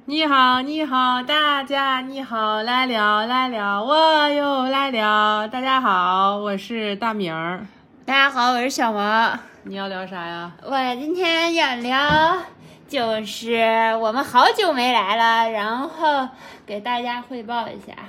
你好，你好，大家你好，来了来了，我又来了。大家好，我是大明儿。 大家好，我是小毛。 你要聊啥呀？ 我今天要聊，就是我们好久没来了，然后给大家汇报一下。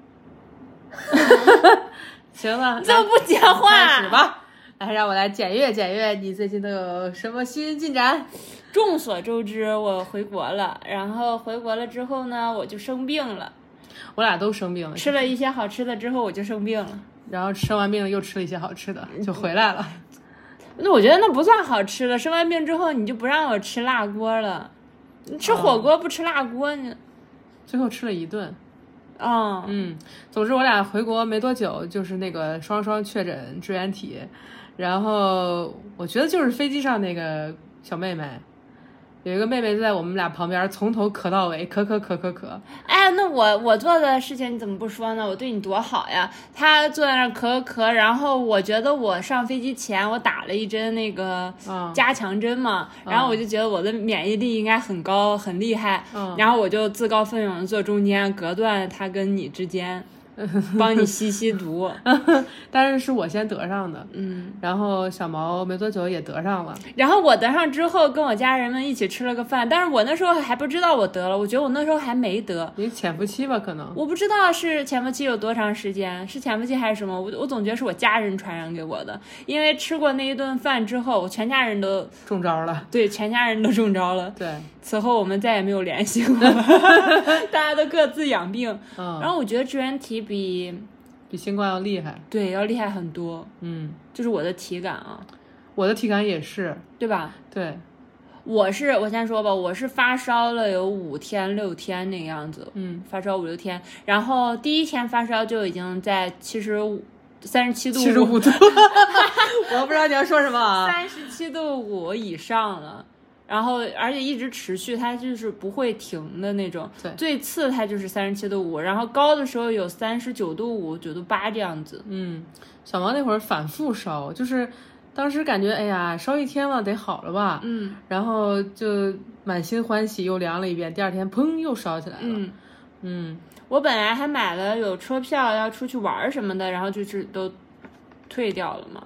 行了， 你怎么不讲话？ 开始吧。来，让我来检阅检阅你最近都有什么新进展。 众所周知，我回国了，然后回国了之后呢，我就生病了。 我俩都生病了， 吃了一些好吃的之后，我就生病了。 然后生完病又吃了一些好吃的，就回来了。 那我觉得那不算好吃的。生完病之后，你就不让我吃辣锅了。你吃火锅不吃辣锅呢？ 最后吃了一顿。 哦， 总之我俩回国没多久，就是那个双确诊支原体，然后我觉得就是飞机上那个小妹妹。有一个妹妹在我们俩旁边，从头咳到尾，咳。 哎，那我做的事情你怎么不说呢？我对你多好呀！她坐在那儿咳，然后我觉得我上飞机前我打了一针那个加强针嘛，然后我就觉得我的免疫力应该很高很厉害，然后我就自告奋勇坐中间，隔断她跟你之间。帮你吸毒。 但是是我先得上的，然后小毛没多久也得上了， 然后我得上之后跟我家人们一起吃了个饭，但是我那时候还不知道我得了，我觉得我那时候还没得。 你潜伏期吧，可能我不知道是潜伏期有多长时间，是潜伏期还是什么，我总觉得是我家人传染给我的，因为吃过那一顿饭之后，我全家人都中招了。 对，全家人都中招了。 对， 此后我们再也没有联系过。大家都各自养病。然后我觉得支原体比新冠要厉害。 对，要厉害很多。就是我的体感啊。 我的体感也是， 对吧？ 对， 我先说吧，我是发烧了有5天6天那个样子。发烧5、6天，然后第一天发烧就已经在37度 75度。我不知道你要说什么啊。 37度5以上了。然后而且一直持续，它就是不会停的那种。 对， 最次它就是37度5，然后高的时候有39度5、9度8这样子。 小毛那会儿反复烧，就是当时感觉哎呀烧一天了得好了吧，然后就满心欢喜又量了一遍，第二天砰又烧起来了。 我本来还买了有车票要出去玩什么的，然后就是都退掉了嘛。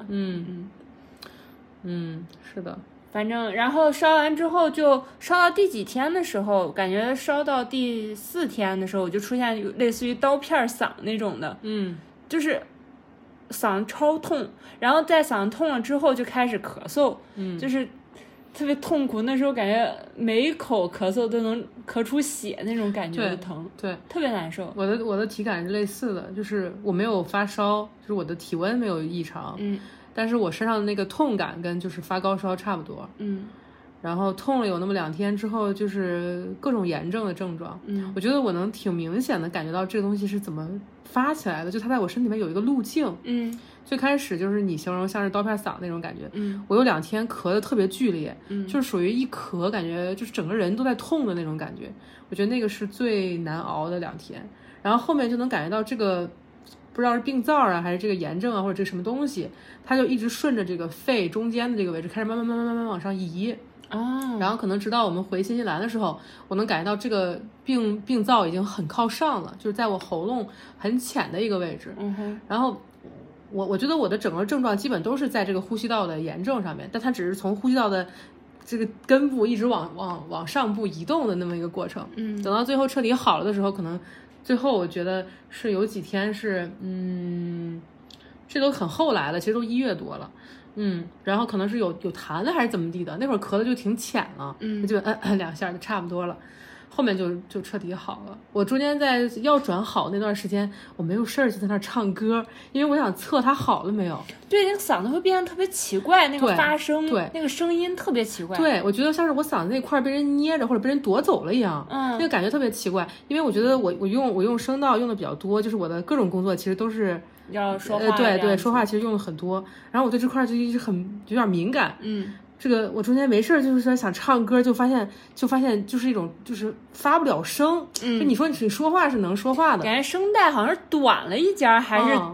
是的。 反正然后烧完之后，就烧到第几天的时候，感觉烧到第4天的时候，我就出现类似于刀片嗓那种的，就是嗓子超痛，然后在嗓子痛了之后就开始咳嗽，就是特别痛苦。那时候感觉每一口咳嗽都能咳出血那种感觉的疼， 对， 特别难受。 我的体感是类似的，就是我没有发烧，就是我的体温没有异常，但是我身上的那个痛感跟就是发高烧差不多，然后痛了有那么2天之后，就是各种炎症的症状，我觉得我能挺明显的感觉到这个东西是怎么发起来的，就它在我身体里面有一个路径，最开始就是你形容像是刀片嗓那种感觉，我有2天咳得特别剧烈，就是属于一咳感觉就是整个人都在痛的那种感觉，我觉得那个是最难熬的2天，然后后面就能感觉到这个。不知道是病灶啊，还是这个炎症啊，或者这个什么东西，它就一直顺着这个肺中间的这个位置开始慢慢往上移。然后可能直到我们回新西兰的时候，我能感觉到这个病灶已经很靠上了，就是在我喉咙很浅的一个位置。然后我觉得我的整个症状基本都是在这个呼吸道的炎症上面，但它只是从呼吸道的这个根部一直往上部移动的那么一个过程。等到最后彻底好了的时候，可能。最后我觉得是有几天是这都很后来了，其实都1月多了，然后可能是有痰了还是怎么地的，那会儿咳的就挺浅了，就2下就差不多了，后面就彻底好了。我中间在要转好那段时间，我没有事儿就在那唱歌，因为我想测它好了没有。 对，那个嗓子会变得特别奇怪，那个发声，对，那个声音特别奇怪。 对，我觉得像是我嗓子那块被人捏着或者被人夺走了一样，那个感觉特别奇怪。因为我觉得我用声道用的比较多，就是我的各种工作其实都是要说话， 对，说话其实用的很多。然后我对这块就一直有点敏感，这个我中间没事就是说想唱歌，就发现就是一种就是发不了声，就你说你说话是能说话的， 感觉声带好像是短了一截还是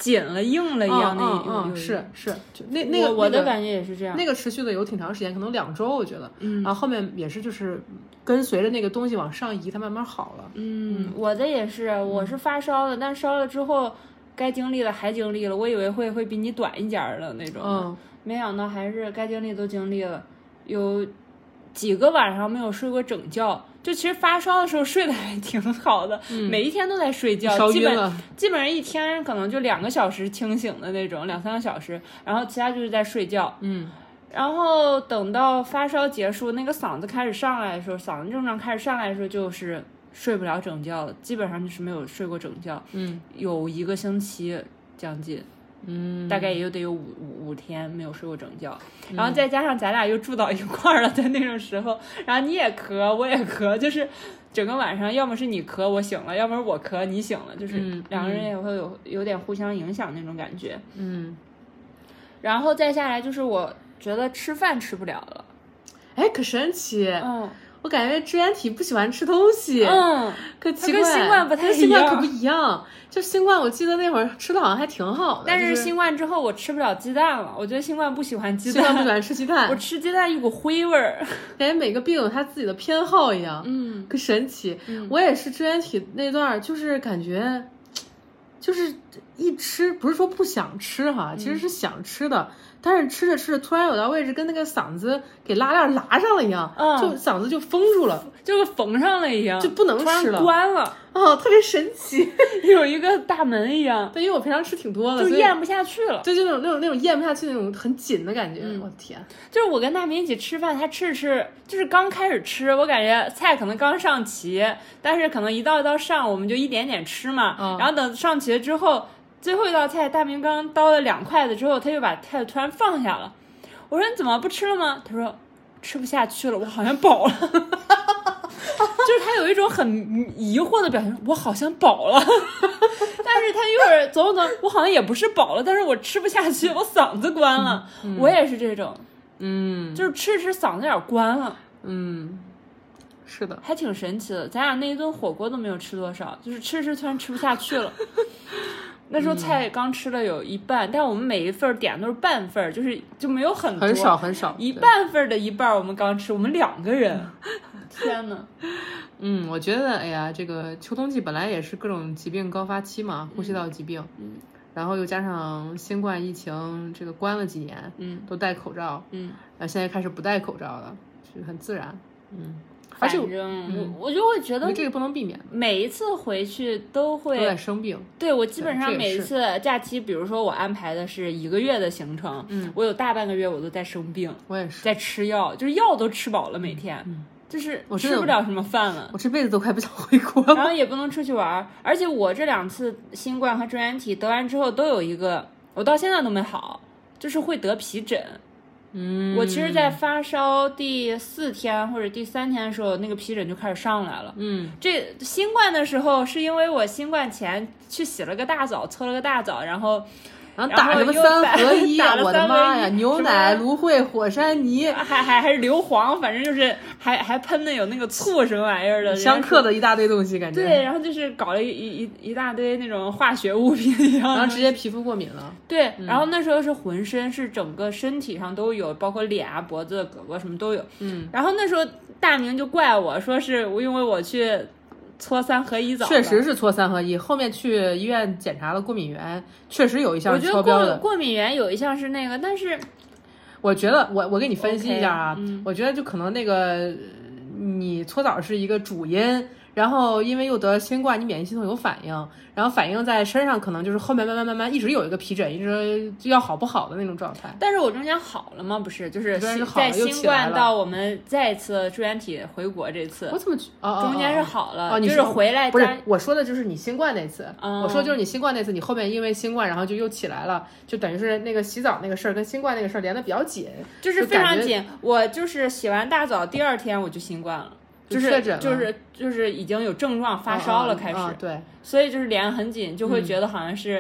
紧了硬了一样的。 是，就那个我的感觉也是这样。 那个持续的有挺长时间，可能2周，我觉得。然后后面也是就是跟随着那个东西往上移，它慢慢好了。 我的也是，我是发烧的，但烧了之后该经历的还经历了，我以为会比你短一截的那种。没想到还是该经历都经历了，有几个晚上没有睡过整觉。就其实发烧的时候睡得还挺好的，每一天都在睡觉，基本上一天可能就2个小时清醒的那种，2-3个小时，然后其他就是在睡觉。然后等到发烧结束，那个嗓子开始上来的时候，嗓子症状开始上来的时候，就是睡不了整觉了，基本上就是没有睡过整觉。有1个星期将近。大概也得有五天没有睡过整觉，然后再加上咱俩又住到一块儿了，在那种时候，然后你也咳我也咳，就是整个晚上要么是你咳我醒了，要么是我咳你醒了，就是两个人也会有点互相影响那种感觉。然后再下来就是我觉得吃饭吃不了了。 哎，可神奇。我感觉支原体不喜欢吃东西，可奇怪， 跟新冠不太一样， 新冠可不一样。就新冠，我记得那会儿吃的好像还挺好的， 但是新冠之后我吃不了鸡蛋了。我觉得新冠不喜欢鸡蛋， 新冠不喜欢吃鸡蛋， 我吃鸡蛋一股灰味儿， 感觉每个病有他自己的偏好一样，可神奇。我也是支原体那段，就是感觉，就是一吃不是说不想吃哈，其实是想吃的。但是吃着吃着，突然有到位置跟那个嗓子给拉链拉上了一样，就嗓子就封住了， 就跟缝上了一样， 就不能吃了， 关了。 特别神奇， 有一个大门一样。 对，因为我平常吃挺多的， 就咽不下去了。 对，就那种咽不下去那种很紧的感觉。我的天！ 就是我跟大明一起吃饭，他吃，就是刚开始吃，我感觉菜可能刚上齐，但是可能一道一道上，我们就一点点吃嘛。然后等上齐了之后。最后一道菜，大明刚刀了2筷子之后，他就把筷子突然放下了。我说你怎么不吃了吗？他说吃不下去了，我好像饱了。就是他有一种很疑惑的表情，我好像饱了。但是他一会儿走，我好像也不是饱了，但是我吃不下去，我嗓子关了。我也是这种，就是吃嗓子有点关了。 是的， 还挺神奇的。咱俩那一顿火锅都没有吃多少，就是吃突然吃不下去了。那时候菜刚吃了有一半，但我们每一份点都是半份，就没有很多， 很少， 一半份的一半我们刚吃，我们2个人。天哪！ 我觉得哎呀，这个秋冬季本来也是各种疾病高发期嘛，呼吸道疾病，然后又加上新冠疫情这个关了几年，都戴口罩，然后现在开始不戴口罩了，就很自然， 反正我就会觉得这个不能避免， 每一次回去都在生病。 对，我基本上每一次假期，比如说我安排的是1个月的行程，我有大半个月我都在生病， 我也是在吃药，就是药都吃饱了，每天，就是我吃不了什么饭了， 我这辈子都快不想回国了， 然后也不能出去玩，而且我这2次新冠和支原体得完之后都有一个，我到现在都没好，就是会得皮疹。我其实在发烧第4天或者第3天的时候，那个皮疹就开始上来了。这新冠的时候是因为我新冠前去洗了个大澡，搓了个大澡，然后打什么3合1，我的妈呀，牛奶、芦荟、火山泥， 还是硫磺，反正就是还喷的有那个醋什么玩意儿的， 相克的一大堆东西，感觉对，然后就是搞了一大堆那种化学物品一样， 然后直接皮肤过敏了。 对，然后那时候是浑身，是整个身体上都有，包括脸啊、脖子、胳膊什么都有。然后那时候大明就怪我说是因为我去搓3合1澡， 确实是搓3合1。后面去医院检查了过敏源，确实有一项是超标的。 我觉得过敏源有一项是那个，但是我觉得我给你分析一下啊，我觉得就可能那个你搓澡是一个主因，然后因为又得新冠，你免疫系统有反应，然后反应在身上，可能就是后面慢慢一直有一个皮疹，一直就要好不好的那种状态。 但是我中间好了吗？不是，就是在新冠到我们再次支原体回国这次， 我怎么中间是好了， 你就是回来不是我说的就是你新冠那次，我说就是你新冠那次，你后面因为新冠然后就又起来了，就等于是那个洗澡那个事儿跟新冠那个事儿连得比较紧， 就是非常紧。我就是洗完大澡第2天我就新冠了。就是已经有症状发烧了，开始， 对， 所以就是连很紧，就会觉得好像是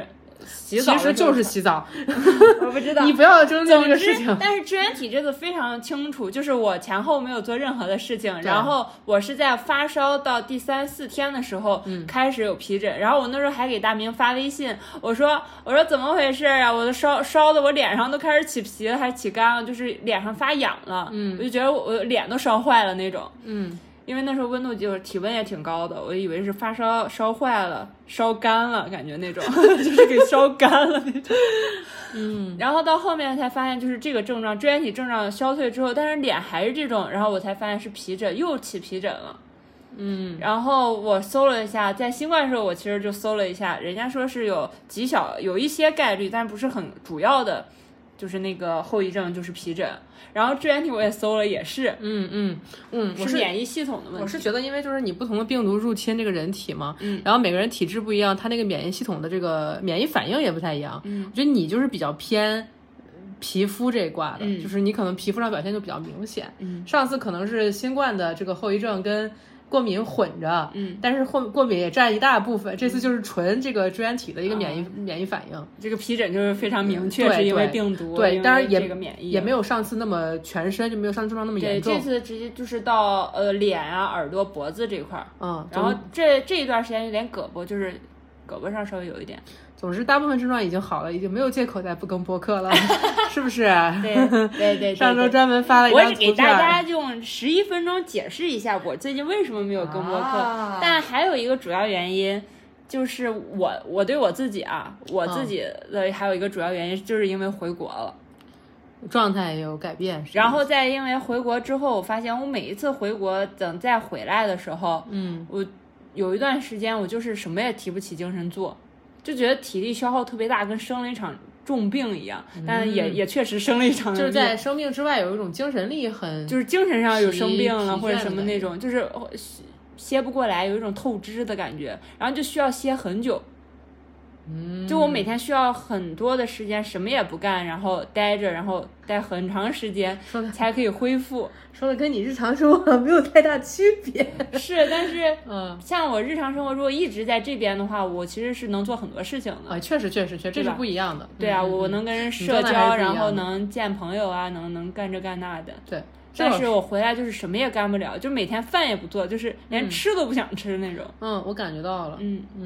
洗澡其实就是洗澡。 我不知道， 你不要争这个事情。 但是支原体这个非常清楚，就是我前后没有做任何的事情，然后我是在发烧到第3、4天的时候开始有皮疹，然后我那时候还给大明发微信，我说怎么回事啊？我的烧的我脸上都开始起皮了，还起干了，就是脸上发痒了。我就觉得我脸都烧坏了那种。因为那时候温度就是体温也挺高的，我以为是发烧烧坏了、烧干了，感觉那种就是给烧干了那种。然后到后面才发现，就是这个症状支原体症状消退之后，但是脸还是这种，然后我才发现是皮疹，又起皮疹了。然后我搜了一下，在新冠的时候我其实就搜了一下，人家说是有一些概率，但不是很主要的，就是那个后遗症就是皮疹。然后支原体我也搜了，也是，是免疫系统的问题。 我是觉得，因为就是你不同的病毒入侵这个人体嘛，然后每个人体质不一样，他那个免疫系统的这个免疫反应也不太一样。我觉得你就是比较偏皮肤这一挂的，就是你可能皮肤上表现就比较明显。上次可能是新冠的这个后遗症跟过敏混着，但是过敏也占一大部分。这次就是纯这个支原体的一个免疫反应。 这个皮疹就是非常明确，是因为病毒。 对，当然也没有上次那么全身，就没有上次症状那么严重。 对，这次直接就是到脸啊、耳朵、脖子这块。然后这一段时间有点胳膊，就是胳膊上稍微有一点。 总之大部分症状已经好了，已经没有借口再不更播客了。是不是？ 对。 上周专门发了一张图片， 我只给大家用11分钟解释一下我最近为什么没有更播客。但还有一个主要原因，就是我对我自己我自己的还有一个主要原因，就是因为回国了， 状态也有改变。 然后再因为回国之后，我发现我每一次回国等再回来的时候，我有一段时间我就是什么也提不起精神做。就觉得体力消耗特别大，跟生了一场重病一样，但也确实生了一场病。 就是在生病之外有一种精神力就是精神上有生病了或者什么那种，就是歇不过来，有一种透支的感觉，然后就需要歇很久。就我每天需要很多的时间什么也不干，然后待着，然后待很长时间才可以恢复。 说的跟你日常生活没有太大区别。 是，但是像我日常生活如果一直在这边的话，我其实是能做很多事情的。 确实这是不一样的。 对啊，我能跟人社交，然后能见朋友啊，能干这干那的。 对， 但是我回来就是什么也干不了，就每天饭也不做，就是连吃都不想吃那种。 我感觉到了。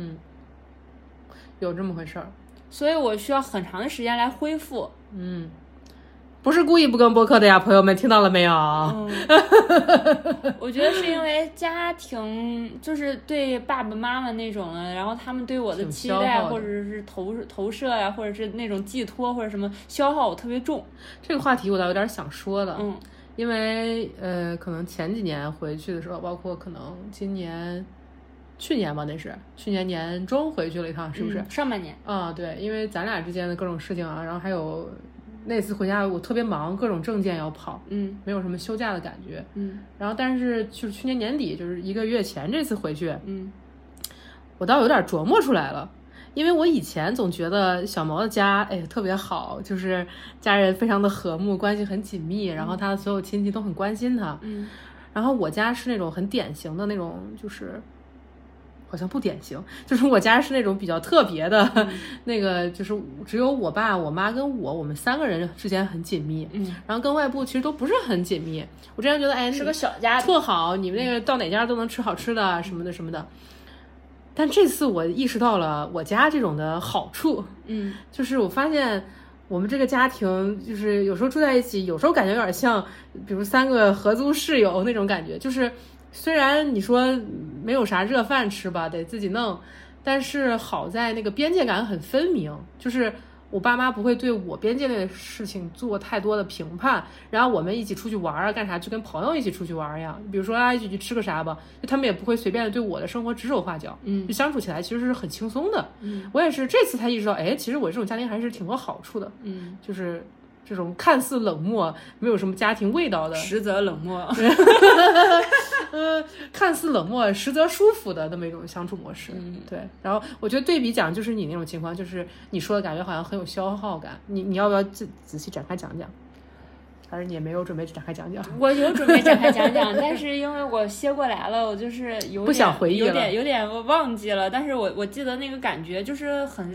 有这么回事儿， 所以我需要很长的时间来恢复。 不是故意不更播客的呀，朋友们听到了没有？ 我觉得是因为家庭就是对爸爸妈妈那种的，然后他们对我的期待或者是投射呀，或者是那种寄托或者什么消耗我特别重。 这个话题我倒有点想说的。因为可能前几年回去的时候，包括可能去年吧，那是去年年中回去了一趟，是不是？ 上半年。 对，因为咱俩之间的各种事情然后还有那次回家我特别忙，各种证件要跑，没有什么休假的感觉，然后但是就是去年年底，就是1个月前这次回去，我倒有点琢磨出来了。因为我以前总觉得小毛的家特别好，就是家人非常的和睦，关系很紧密，然后他的所有亲戚都很关心他，然后我家是那种很典型的那种，就是好像不典型，就是我家是那种比较特别的那个，就是只有我爸我妈跟我们3个人之间很紧密，然后跟外部其实都不是很紧密。我之前觉得是个小家特好，你们那个到哪家都能吃好吃的什么的什么的。但这次我意识到了我家这种的好处，就是我发现我们这个家庭就是有时候住在一起，有时候感觉有点像比如3个合租室友那种感觉，就是虽然你说没有啥热饭吃吧，得自己弄，但是好在那个边界感很分明，就是我爸妈不会对我边界内的事情做太多的评判，然后我们一起出去玩干啥就跟朋友一起出去玩一样，比如说一起去吃个啥吧，就他们也不会随便的对我的生活指手画脚，就相处起来其实是很轻松的。我也是这次才意识到，其实我这种家庭还是挺多好处的，就是这种看似冷漠没有什么家庭味道的， 实则冷漠看似冷漠实则舒服的那么一种相处模式。对。然后我觉得对比讲就是你那种情况，就是你说的感觉好像很有消耗感，你要不要仔细展开讲讲？还是你也没有准备展开讲讲？ 我有准备展开讲讲但是因为我歇过来了，我就是有点不想回忆了， 有点忘记了，但是我记得那个感觉就是很累，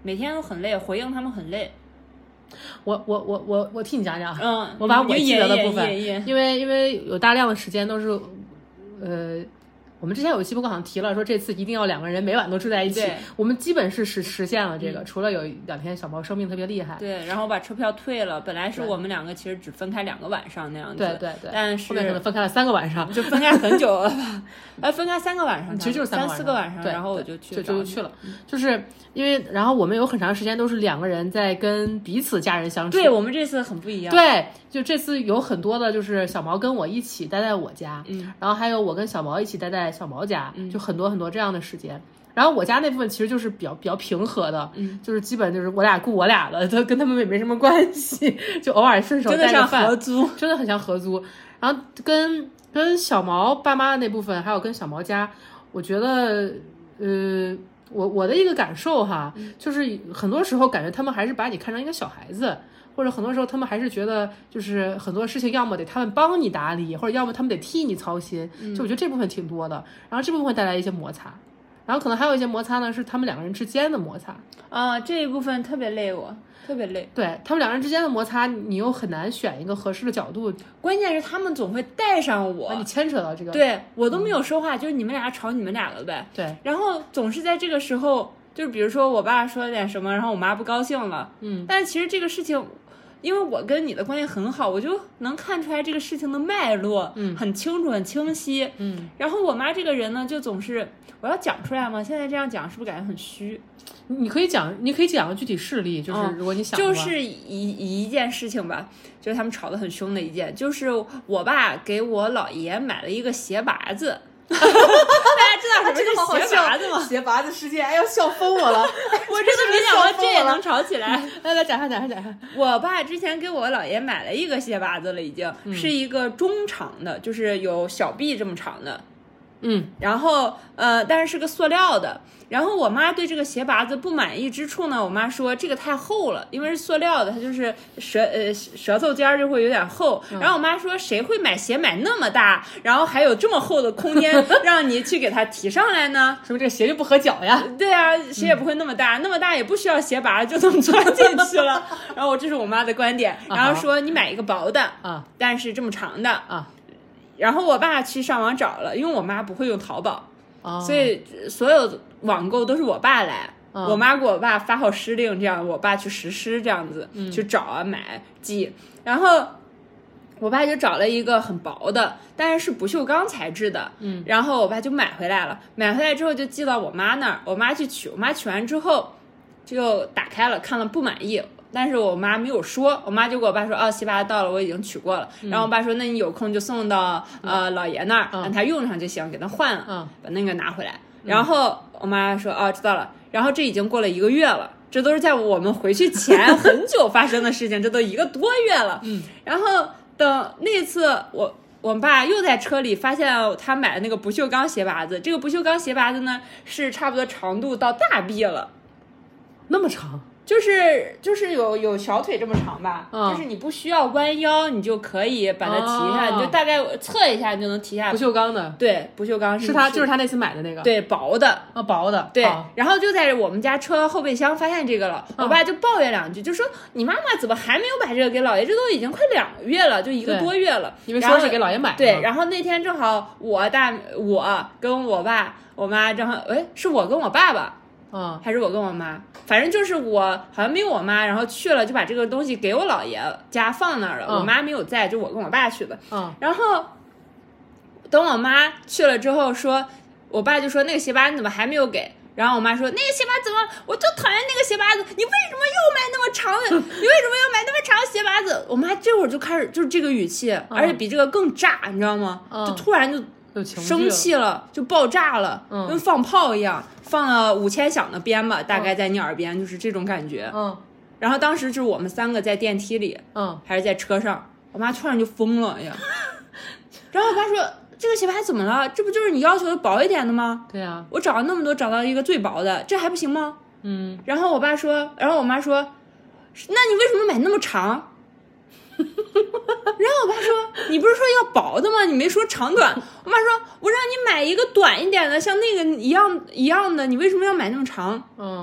每天都很累，回应他们很累。 我替你讲讲， 我把我记得的部分，因为有大量的时间都是，我们之前有一期播客好像提了，说这次一定要2个人每晚都住在一起，我们基本是实现了这个，除了有2天小毛生病特别厉害， 对，然后把车票退了，本来是我们2个其实只分开2个晚上那样子， 对， 但是后面可能分开了3个晚上， 就分开很久了吧，分开3个晚上， 其实就是3、 4个晚上， 对， 然后我就去了，就是因为然后我们有很长时间都是2个人在跟彼此家人相处， 对，我们这次很不一样， 对，就这次有很多的就是小毛跟我一起待在我家，然后还有我跟小毛一起待在小毛家，就很多很多这样的时间。然后我家那部分其实就是比较平和的，就是基本就是我俩顾我俩的，都跟他们也没什么关系，就偶尔顺手带个饭，真的很像合租。然后跟小毛爸妈的那部分，还有跟小毛家，我觉得我的一个感受哈，就是很多时候感觉他们还是把你看成一个小孩子，或者很多时候他们还是觉得就是很多事情要么得他们帮你打理，或者要么他们得替你操心，就我觉得这部分挺多的。然后这部分会带来一些摩擦，然后可能还有一些摩擦呢是他们2个人之间的摩擦啊，这一部分特别累我。特别累， 对他们2人之间的摩擦，你又很难选一个合适的角度。 关键是他们总会带上我， 把你牵扯到这个。 对我都没有说话，就是你们俩吵你们俩的呗。 对， 然后总是在这个时候，就是比如说我爸说了点什么，然后我妈不高兴了，但其实这个事情，因为我跟你的关系很好，我就能看出来这个事情的脉络，很清楚很清晰，然后我妈这个人呢，就总是我要讲出来吗？现在这样讲是不是感觉很虚？ 你可以讲个具体事例，就是如果你想就是一件事情吧，就是他们吵得很凶的一件，就是我爸给我姥爷买了一个鞋拔子。大家知道什么是鞋拔子吗？ 鞋拔子事件，哎呦，笑疯我了！ 我真的没想到这也能吵起来。 来讲一下。 我爸之前给我姥爷买了一个鞋拔子了，已经是一个中长的，就是有小臂这么长的。然后但是个塑料的。然后我妈对这个鞋拔子不满意之处呢，我妈说这个太厚了，因为是塑料的，它就是舌头尖就会有点厚。然后我妈说谁会买鞋买那么大，然后还有这么厚的空间让你去给它提上来呢？ 是不是这个鞋就不合脚呀？ 对啊，鞋也不会那么大，那么大也不需要鞋拔就能钻进去了。然后这是我妈的观点，然后说你买一个薄的但是这么长的然后我爸去上网找了，因为我妈不会用淘宝，所以所有网购都是我爸来，我妈给我爸发号施令，这样我爸去实施，这样子去找啊买寄。然后我爸就找了一个很薄的，但是不锈钢材质的，然后我爸就买回来了，买回来之后就寄到我妈那儿，我妈去取，我妈取完之后就打开了，看了不满意。但是我妈没有说，我妈就给我爸说鞋拔子到了，我已经取过了。然后我爸说那你有空就送到姥爷那儿，让他用上就行，给他换了，把那个拿回来。然后我妈说知道了。然后这已经过了1个月了，这都是在我们回去前很久发生的事情，这都1个多月了。然后等那次我爸又在车里发现他买的那个不锈钢鞋拔子，这个不锈钢鞋拔子呢是差不多长度到大臂了， 那么长。 就是有小腿这么长吧，就是你不需要弯腰，你就可以把它提下，你就大概测一下，你就能提下。 不锈钢的， 对，不锈钢就是他那次买的那个， 对，薄的， 薄的， 对。然后就在我们家车后备箱发现这个了，我爸就抱怨2句，就说你妈妈怎么还没有把这个给姥爷？这都已经快2个月了，就1个多月了。 因为说是给姥爷买的。 对，然后那天正好我跟我爸我妈正好，是我跟我爸爸。还是我跟我妈，反正就是我好像没有我妈，然后去了就把这个东西给我姥爷家放那儿了，我妈没有在，就我跟我爸去的。然后等我妈去了之后说，我爸就说那个鞋拔子怎么还没有给？然后我妈说那个鞋拔怎么，我就讨厌那个鞋拔子，你为什么又买那么长的？你为什么要买那么长的鞋拔子？我妈这会儿就开始就是这个语气，而且比这个更炸，你知道吗？就突然就生气了，就爆炸了，跟放炮一样，放了5000响的鞭吧，大概在你耳边，就是这种感觉。然后当时就是我们3个在电梯里，还是在车上，我妈突然就疯了呀。然后我爸说这个鞋拔怎么了？这不就是你要求的薄一点的吗？ 对啊， 我找了那么多，找到一个最薄的，这还不行吗？然后我妈说，那你为什么买那么长？然后我爸说你不是说要薄的吗？你没说长短。我妈说我让你买一个短一点的，像那个一样的，你为什么要买那么长？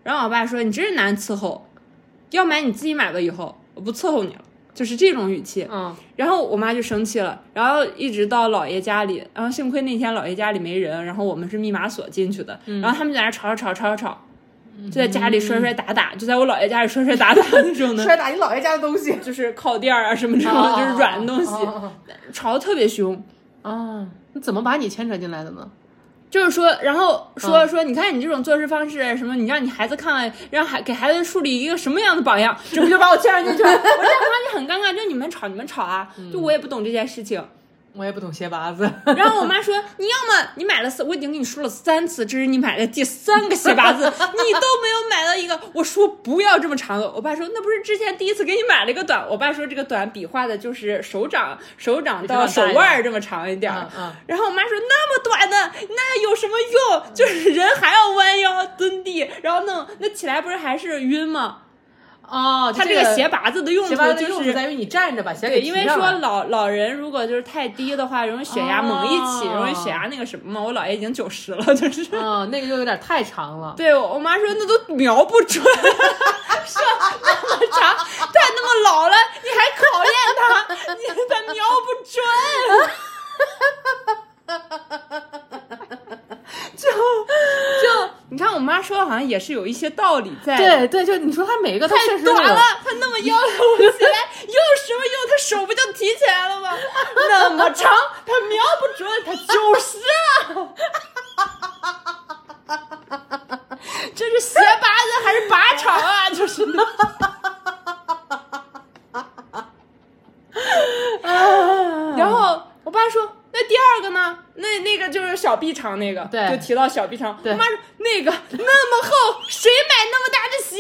然后我爸说你真是难伺候，要买你自己买吧，以后我不伺候你了，就是这种语气。然后我妈就生气了，然后一直到姥爷家里，然后幸亏那天姥爷家里没人，然后我们是密码锁进去的，然后他们在那吵，就在家里摔打，就在我姥爷家里摔打那种的。 摔打你姥爷家的东西， 就是靠垫啊什么这种，就是软的东西，吵得特别凶。 你怎么把你牵扯进来的呢？ 就是说，然后说，你看你这种做事方式什么，你让你孩子看了，给孩子树立一个什么样的榜样，这不就把我牵扯进去了？我在旁边就很尴尬，就你们吵啊，就我也不懂这件事情。 我也不懂鞋拔子。 然后我妈说，你要么你买了我已经跟你说了3次，这是你买的第3个鞋拔子，你都没有买到一个。我说不要这么长的。我爸说那不是之前第1次给你买了一个短。我爸说这个短比划的就是手掌到手腕这么长一点。然后我妈说那么短的那有什么用？就是人还要弯腰蹲地，然后那起来不是还是晕吗？它这个鞋拔子的用途就是在于你站着把鞋给提上来。 因为说老人如果就是太低的话，容易血压猛一起，容易血压那个什么嘛。我姥爷已经90了，就是那个就有点太长了。 对，我妈说那都瞄不准，说那么长，他那么老了，你还考验他，他瞄不准。就你看我妈说的好像也是有一些道理在。 对，就你说她每一个都太短了，她那么腰我起来有什么用？她手不就提起来了吗？那么长，她瞄不准，她90了。这是鞋拔子还是靶场啊？就是然后我爸说那第2个呢？那个就是小臂长那个， 对， 就提到小臂长。我妈说那个那么厚，谁买那么大的鞋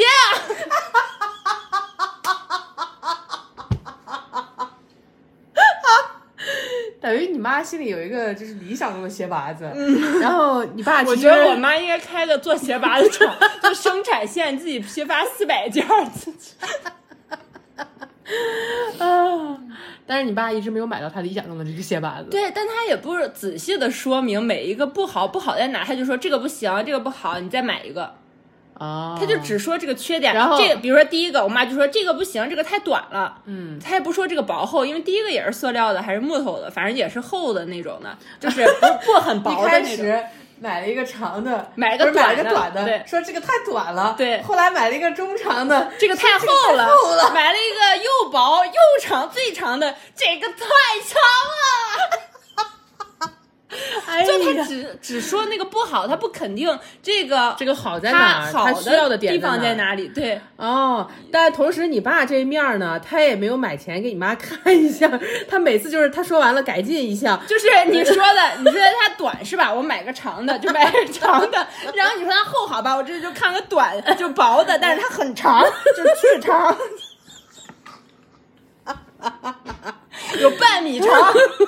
啊？等于你妈心里有一个就是理想中的鞋拔子，然后你爸我觉得我妈应该开个做鞋拔子厂，就生产线自己批发400件自己。 但是你爸一直没有买到他理想中的这只鞋拔子。 对，但他也不是仔细的说明每一个不好在哪，他就说这个不行，这个不好，你再买一个。他就只说这个缺点。 然后这个比如说第1个，我妈就说这个不行，这个太短了。他也不说这个薄厚，因为第1个也是塑料的还是木头的，反正也是厚的那种的，就是不很薄的那种。 买了一个长的， 买了个短的， 对， 说这个太短了， 对。 后来买了一个中长的， 这个太厚了，买了一个又薄又长最长的，这个太长了。就他只说那个不好，他不肯定这个好在哪儿，他需要的点地方在哪里。对但同时你爸这一面呢，他也没有买钱给你妈看一下，他每次就是他说完了改进一下， 就是你说他短是吧？我买个长的就买个长的，然后你说他厚好吧，我这就看个短就薄的，但是它很长，就是巨长，有半米长。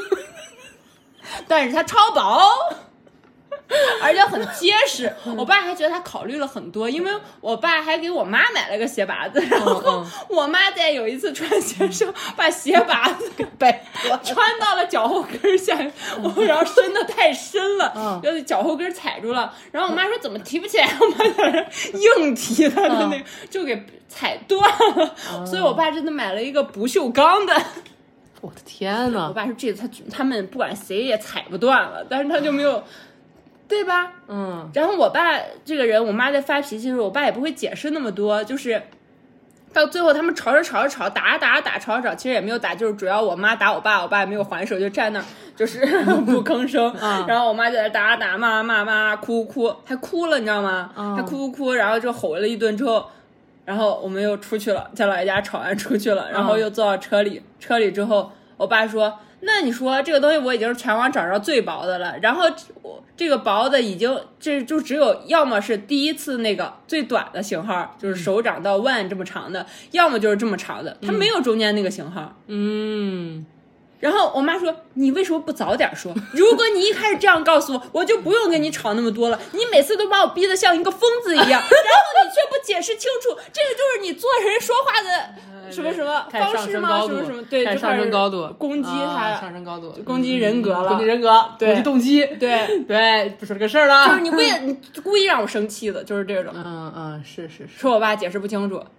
但是它超薄，而且很结实。我爸还觉得他考虑了很多，因为我爸还给我妈买了个鞋拔子，然后我妈在有一次穿鞋时候把鞋拔子给穿到了脚后跟下，然后伸的太深了，就是脚后跟踩住了。然后我妈说怎么提不起来，我妈在那硬提他的那个，就给踩断了。所以我爸真的买了一个不锈钢的。 我的天哪！ 我爸说这次他们不管谁也踩不断了，但是他就没有，对吧？然后我爸这个人，我妈在发脾气的时候，我爸也不会解释那么多，就是到最后他们吵，打，吵，其实也没有打，就是主要我妈打我爸，我爸也没有还手，就站那就是不吭声。然后我妈就在打，骂，哭，还哭了，你知道吗？还哭，然后就吼了一顿之后。然后我们又出去了，在姥爷家吵完出去了，然后又坐到车里之后，我爸说那你说这个东西我已经全网找着最薄的了，然后这个薄的已经这就只有要么是第1次那个最短的型号，就是手掌到腕这么长的，要么就是这么长的，它没有中间那个型号。 然后我妈说你为什么不早点说？如果你一开始这样告诉我，我就不用跟你吵那么多了。你每次都把我逼得像一个疯子一样，然后你却不解释清楚，这个就是你做人说话的什么什么方式吗？什么什么对， 上升高度， 攻击他， 上升高度， 攻击人格了， 攻击人格， 对， 攻击动机， 对对，不是这个事儿了。 就是你故意让我生气的，就是这种。 是， 说我爸解释不清楚。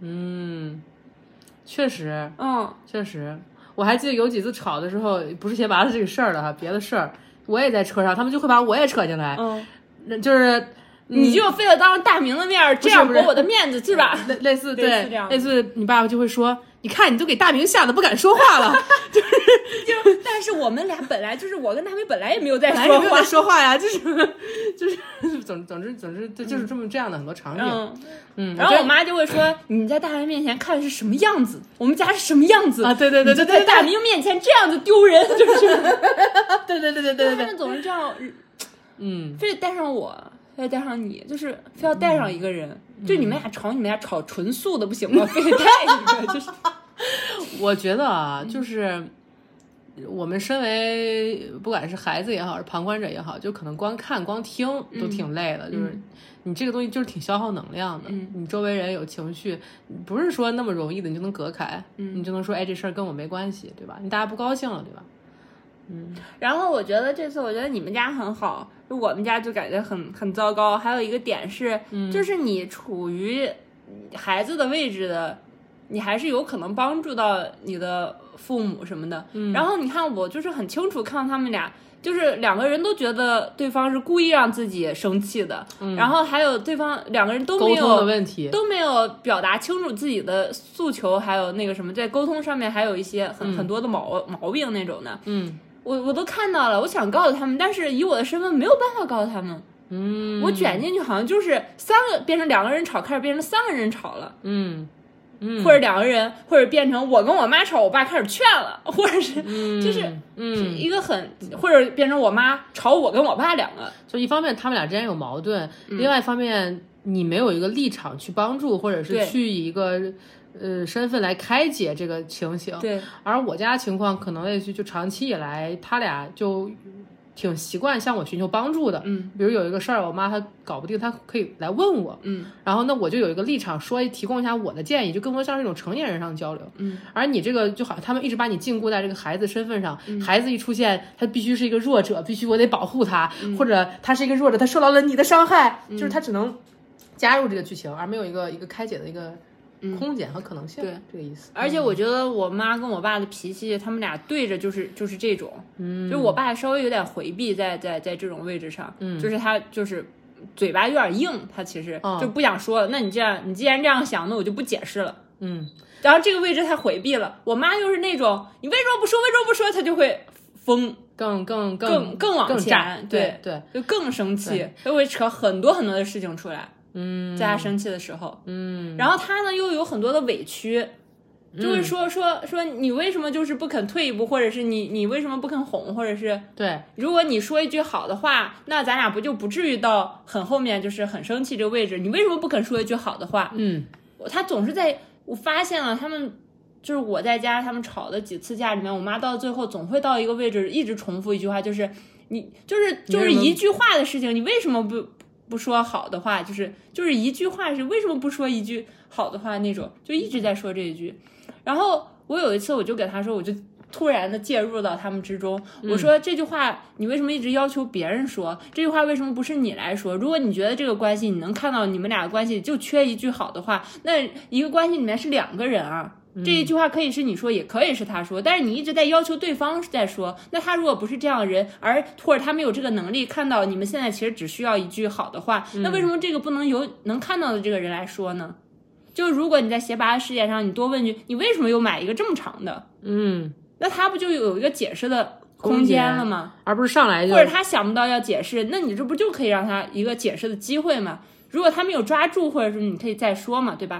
确实，确实。我还记得有几次吵的时候，不是鞋拔子这个事儿了哈，别的事儿，我也在车上，他们就会把我也扯进来，就是你就非得当着大明的面这样驳我的面子是吧？ 类似对，类似你爸爸就会说，你看你都给大明吓得不敢说话了， 但是我们俩本来就是我跟大明本来也没有在说话呀，就是总之就是这样的很多场景， 然后我妈就会说你在大人面前看是什么样子，我们家是什么样子啊？对， 就在大明面前这样子丢人，就是对， 他们总是这样，非得带上我。再带上你，就是非要带上一个人，就你们俩吵纯素的不行吗？非得带一个，就是。 我觉得啊，就是我们身为不管是孩子也好，是旁观者也好，就可能光看光听都挺累的，就是你这个东西就是挺消耗能量的。你周围人有情绪，不是说那么容易的你就能隔开，你就能说哎这事儿跟我没关系，对吧？你大家不高兴了，对吧？ 然后我觉得这次你们家很好，我们家就感觉很糟糕。还有一个点是，就是你处于孩子的位置的，你还是有可能帮助到你的父母什么的。然后你看我就是很清楚看到他们俩，就是两个人都觉得对方是故意让自己生气的，然后还有对方两个人都没有沟通的问题， 都没有表达清楚自己的诉求，还有那个什么在沟通上面还有一些很多的毛病那种的。我都看到了，我想告诉他们，但是以我的身份没有办法告诉他们。我卷进去好像就是变成两个人吵，开始变成3个人吵了。或者2个人，或者变成我跟我妈吵，我爸开始劝了，或者是就是一个或者变成我妈吵我跟我爸2个。 就一方面他们俩之间有矛盾，另外一方面你没有一个立场去帮助，或者是去以一个身份来开解这个情形。 对， 而我家情况可能类似于就长期以来他俩就挺习惯向我寻求帮助的。比如有一个事儿我妈她搞不定，她可以来问我。然后那我就有一个立场说提供一下我的建议，就更多像是一种成年人上的交流。而你这个就好像他们一直把你禁锢在这个孩子身份上，孩子一出现他必须是一个弱者，必须我得保护他，或者他是一个弱者，他受到了你的伤害，就是他只能加入这个剧情，而没有一个开解的一个空间和可能性。 对， 这个意思。 而且我觉得我妈跟我爸的脾气，他们俩对着就是这种。就是我爸稍微有点回避在这种位置上。就是他就是嘴巴有点硬，他其实就不想说了。那你既然这样想，那我就不解释了。然后这个位置他回避了。我妈又是那种你为什么不说，他就会疯，更往前。对，就更生气，他会扯很多的事情出来。在他生气的时候，然后他呢又有很多的委屈，就是说你为什么就是不肯退一步，或者是你为什么不肯哄，或者是对， 如果你说一句好的话，那咱俩不至于到很后面就是很生气这个位置，你为什么不肯说一句好的话？他总是我发现了他们就是我在家他们吵的几次架里面，我妈到最后总会到一个位置一直重复一句话，就是你就是一句话的事情，你为什么不说好的话，就是一句话是为什么不说一句好的话那种，就一直在说这一句。然后我有一次我就给他说，我就突然的介入到他们之中，我说这句话你为什么一直要求别人说？这句话为什么不是你来说？如果你觉得这个关系你能看到你们俩的关系就缺一句好的话，那一个关系里面是2个人啊。这一句话可以是你说，也可以是他说，但是你一直在要求对方在说，那他如果不是这样的人，或者他没有这个能力看到你们现在其实只需要一句好的话，那为什么这个不能由能看到的这个人来说呢？就如果你在鞋拔的事件上，你多问句，你为什么又买一个这么长的？那他不就有一个解释的空间了吗？ 而不是上来就， 或者他想不到要解释，那你这不就可以让他一个解释的机会吗？如果他没有抓住，或者是你可以再说嘛，对吧？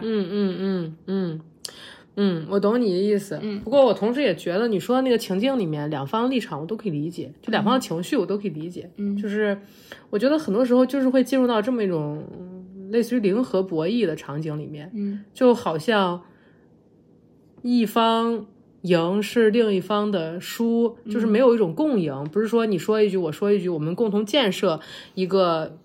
我懂你的意思。不过我同时也觉得你说的那个情境里面两方立场我都可以理解，就两方的情绪我都可以理解。就是我觉得很多时候就是会进入到这么一种类似于零和博弈的场景里面。就好像一方赢是另一方的输，就是没有一种共赢，不是说你说一句我说一句，我们共同建设一个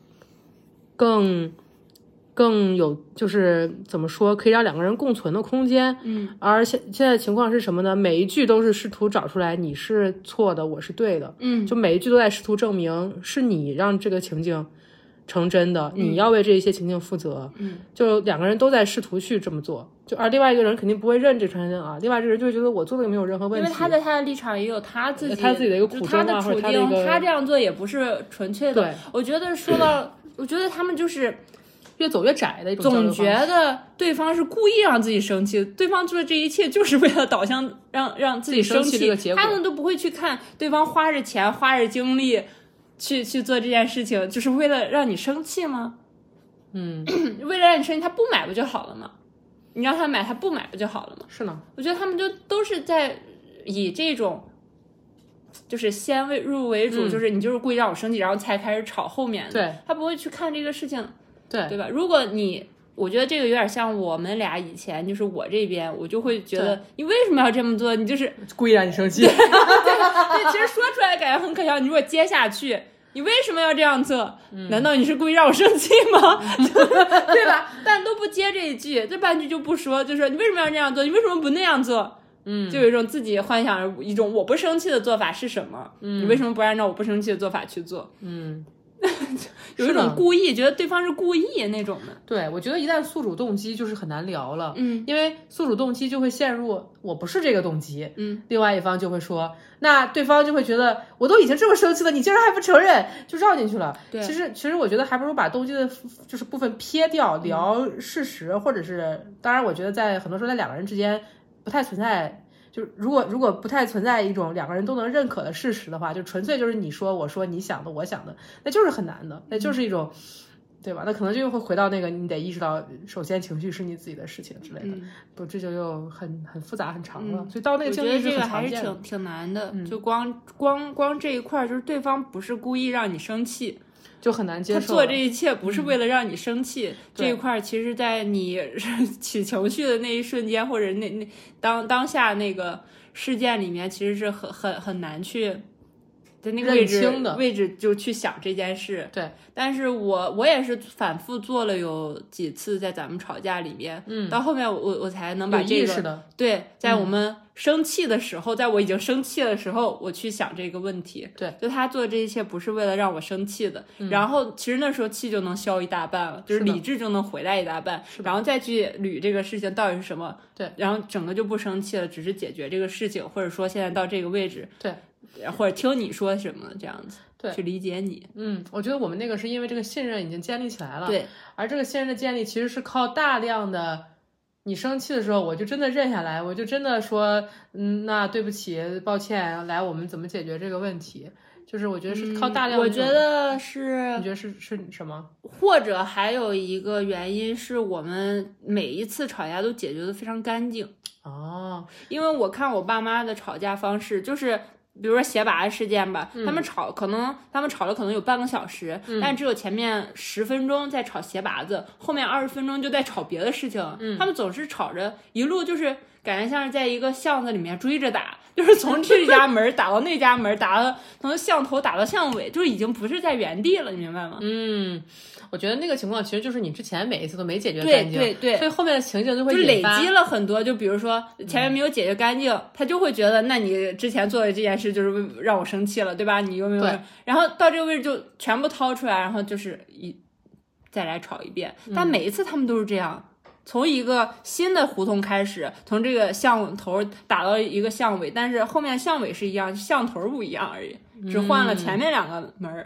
更有就是怎么说可以让两个人共存的空间。而现在的情况是什么呢？每一句都是试图找出来你是错的，我是对的。就每一句都在试图证明是你让这个情境成真的，你要为这一些情境负责。就两个人都在试图去这么做，而另外一个人肯定不会认这承认啊，另外一个人就会觉得我做的没有任何问题， 因为他在他的立场也有他自己的一个苦衷啊， 他的处境，他这样做也不是纯粹的。我觉得说到我觉得他们就是越走越窄的一种， 总觉得对方是故意让自己生气，对方做的这一切就是为了导向让自己生气， 这个结果他们都不会去看对方花着钱花着精力去做这件事情，就是为了让你生气吗？为了让你生气，他不买不就好了吗？你让他买，他不买不就好了吗？ 是呢， 我觉得他们都是在以这种就是先入为主，就是你就是故意让我生气，然后才开始吵后面的。 对， 他不会去看这个事情， 对吧？如果我觉得这个有点像我们俩以前，就是我这边，我就会觉得你为什么要这么做？你就是故意让你生气。 对，其实说出来感觉很可笑。你如果接下去，你为什么要这样做？难道你是故意让我生气吗？对吧？但都不接这一句，这半句就不说，就说你为什么要这样做？你为什么不那样做？就有一种自己幻想一种我不生气的做法是什么？你为什么不按照我不生气的做法去做？有一种故意，觉得对方是故意那种的。 对，我觉得一旦诉诸动机就是很难聊了。因为诉诸动机就会陷入我不是这个动机。另外一方就会说，那对方就会觉得我都已经这么生气了，你竟然还不承认，就绕进去了。 对， 其实我觉得还不如把动机的就是部分撇掉，聊事实，或者是当然我觉得在很多时候在两个人之间不太存在。就如果不太存在一种两个人都能认可的事实的话，就纯粹就是你说我说你想的我想的，那就是很难的，那就是一种对吧？那可能就会回到那个你得意识到首先情绪是你自己的事情之类的。不，这就又很复杂很长了。所以到那个境地是很常见的。 我觉得这个还是挺难的。就光这一块，就是对方不是故意让你生气， 就很难接受。 他做这一切不是为了让你生气，这一块其实在你起情绪的那一瞬间，或者当下那个事件里面，其实是很难去在那个位置就去想这件事。 对， 但是我也是反复做了有几次，在咱们吵架里面，到后面我才能把这个对，在我们生气的时候，在我已经生气的时候，我去想这个问题。 对， 就他做这一切不是为了让我生气的，然后其实那时候气就能消一大半了，就是理智就能回来一大半，然后再去捋这个事情到底是什么。 对， 然后整个就不生气了，只是解决这个事情，或者说现在到这个位置。 对。 或者听你说什么这样子， 对， 去理解你。 我觉得我们那个是因为这个信任已经建立起来了， 对， 而这个信任的建立其实是靠大量的，你生气的时候我就真的认下来，我就真的说，那对不起，抱歉，来，我们怎么解决这个问题？就是我觉得是靠大量的， 我觉得是， 你觉得是什么？ 或者还有一个原因是我们每一次吵架都解决的非常干净。因为我看我爸妈的吵架方式就是。比如说鞋拔事件吧，他们吵了可能有半个小时，但只有前面10分钟在吵鞋拔子，后面20分钟就在吵别的事情。他们总是吵着一路就是感觉像是在一个巷子里面追着打，就是从这家门打到那家门，打到从巷头打到巷尾，就已经不是在原地了，你明白吗？ 我觉得那个情况其实就是你之前每一次都没解决干净， 对， 所以后面的情境就会累积了很多。就比如说前面没有解决干净，他就会觉得那你之前做的这件事就是让我生气了，对吧？你有没有？然后到这个位置就全部掏出来，然后就是再来吵一遍。但每一次他们都是这样，从一个新的胡同开始，从这个巷头打到一个巷尾，但是后面巷尾是一样，巷头不一样而已，只换了前面2个门。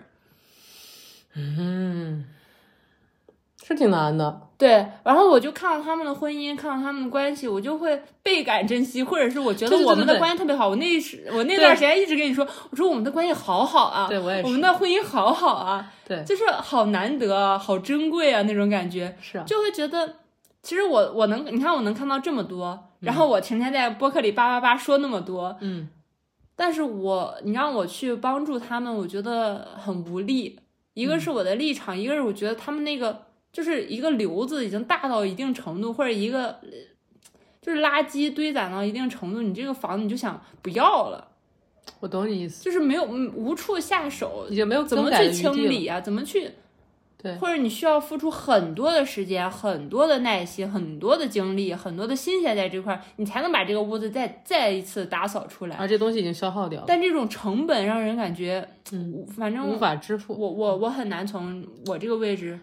是挺难的。 对，然后我就看到他们的婚姻，看到他们的关系，我就会倍感珍惜，或者是我觉得我们的关系特别好。我那段时间一直跟你说，我说我们的关系好好啊， 对，我也是， 我们的婚姻好好啊， 对， 就是好难得，好珍贵啊那种感觉， 是， 就会觉得，其实我能，你看我能看到这么多，然后我成天在播客里叭叭叭说那么多，但是你让我去帮助他们，我觉得很无力。一个是我的立场，一个是我觉得他们那个。就是一个瘤子已经大到一定程度，或者一个就是垃圾堆攒到一定程度，你这个房子你就想不要了。 我懂你意思， 就是没有无处下手， 已经没有怎么去清理啊？怎么去？ 对， 或者你需要付出很多的时间、很多的耐心、很多的精力、很多的心血在这块，你才能把这个屋子再一次打扫出来。 而这东西已经消耗掉了。 但这种成本让人感觉，反正无法支付。 我很难从我这个位置，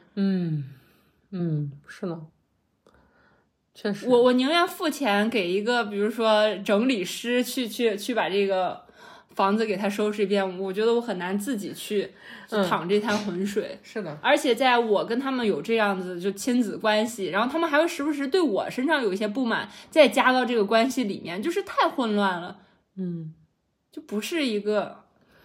是呢。确实， 我宁愿付钱给一个，比如说整理师去把这个房子给他收拾一遍，我觉得我很难自己去淌这滩浑水。 是的， 而且在我跟他们有这样子就亲子关系，然后他们还会时不时对我身上有一些不满，再加到这个关系里面，就是太混乱了。就不是一个，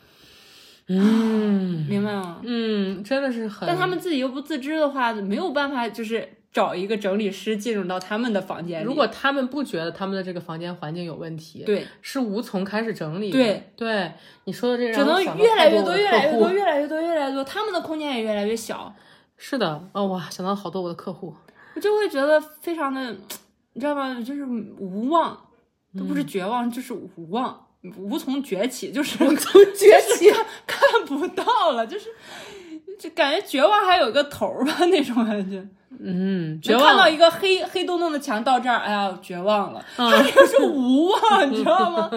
明白吗？ 真的是很。 但他们自己又不自知的话，没有办法就是找一个整理师进入到他们的房间里。 如果他们不觉得他们的这个房间环境有问题， 对， 是无从开始整理的。对，你说的这只能越来越多，他们的空间也越来越小。 是的，哇，想到好多我的客户， 我就会觉得非常的，你知道吗？就是无望，都不是绝望，就是无望。无从崛起，就是无从崛起， 看不到了，就感觉绝望还有个头吧，那种感觉。 绝望。 看到一个黑洞洞的墙到这儿，哎呀，绝望了。它这个是无望，你知道吗？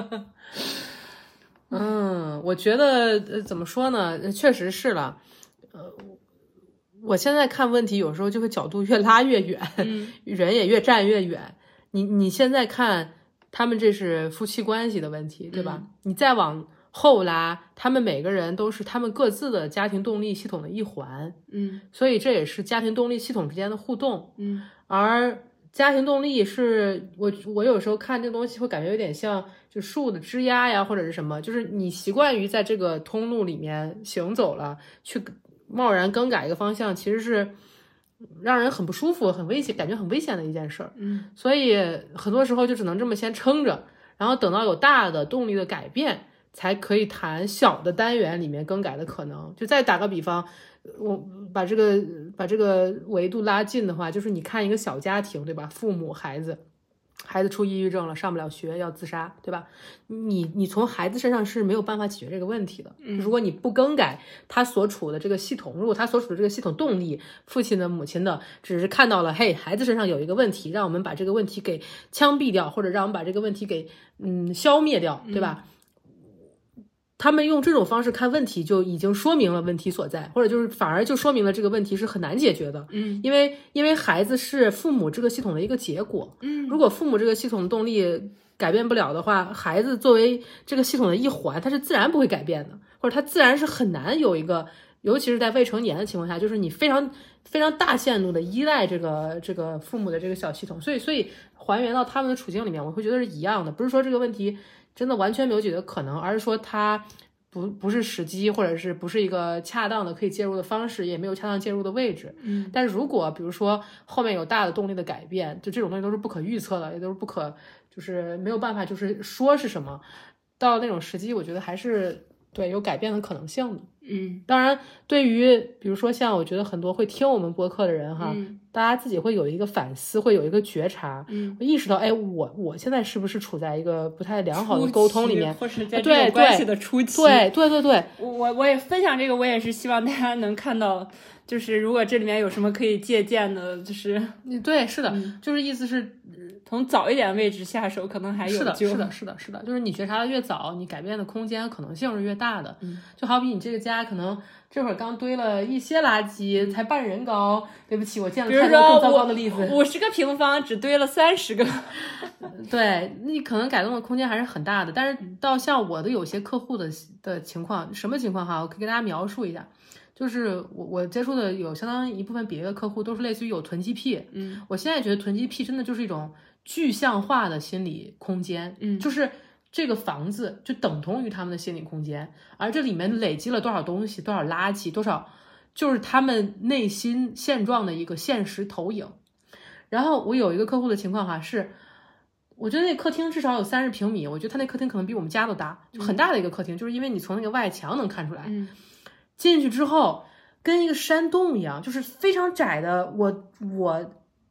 我觉得怎么说呢？确实是了。我现在看问题有时候就会角度越拉越远，人也越站越远。你现在看。他们这是夫妻关系的问题，对吧？你再往后拉，他们每个人都是他们各自的家庭动力系统的一环，所以这也是家庭动力系统之间的互动，而家庭动力是我有时候看这个东西会感觉有点像就树的枝丫呀，或者是什么，就是你习惯于在这个通路里面行走了，去贸然更改一个方向，其实是让人很不舒服，很危险，感觉很危险的一件事儿。所以很多时候就只能这么先撑着，然后等到有大的动力的改变，才可以谈小的单元里面更改的可能。就再打个比方，我把这个维度拉近的话，就是你看一个小家庭，对吧？父母、孩子出抑郁症了，上不了学，要自杀，对吧？你从孩子身上是没有办法解决这个问题的。如果你不更改他所处的这个系统，如果他所处的这个系统动力，父亲的、母亲的，只是看到了，嘿，孩子身上有一个问题，让我们把这个问题给枪毙掉，或者让我们把这个问题给消灭掉，对吧？他们用这种方式看问题，就已经说明了问题所在，或者就是反而就说明了这个问题是很难解决的。因为孩子是父母这个系统的一个结果。如果父母这个系统的动力改变不了的话，孩子作为这个系统的一环，他是自然不会改变的，或者他自然是很难有一个，尤其是在未成年的情况下，就是你非常非常大限度的依赖这个父母的这个小系统，所以还原到他们的处境里面，我会觉得是一样的。不是说这个问题真的完全没有解决可能，而是说它不是时机，或者是不是一个恰当的可以介入的方式，也没有恰当介入的位置。但是如果比如说后面有大的动力的改变，就这种东西都是不可预测的，也都是就是没有办法就是说是什么，到那种时机，我觉得还是对有改变的可能性的。当然对于比如说像我觉得很多会听我们播客的人哈，大家自己会有一个反思，会有一个觉察，意识到哎，我现在是不是处在一个不太良好的沟通里面， 或是在这个关系的初期。 对， 我也分享这个，我也是希望大家能看到，就是如果这里面有什么可以借鉴的，就是对，是的，就是意思是从早一点位置下手，可能还有救。 是的，就是你觉察的越早，你改变的空间可能性是越大的。就好比你这个家可能这会儿刚堆了一些垃圾，才半人高，对不起，我见了太多更糟糕的例子。 50个平方只堆了30个， 对，你可能改动的空间还是很大的。但是到像我的有些客户的情况，什么情况哈？我可以给大家描述一下。就是我接触的有相当一部分比例的客户都是类似于有囤积癖。我现在觉得囤积癖真的就是一种具象化的心理空间。就是这个房子就等同于他们的心理空间，而这里面累积了多少东西，多少垃圾，多少就是他们内心现状的一个现实投影。然后我有一个客户的情况哈，是我觉得那客厅至少有30平米，我觉得他那客厅可能比我们家都大，就很大的一个客厅，就是因为你从那个外墙能看出来。进去之后跟一个山洞一样，就是非常窄的，我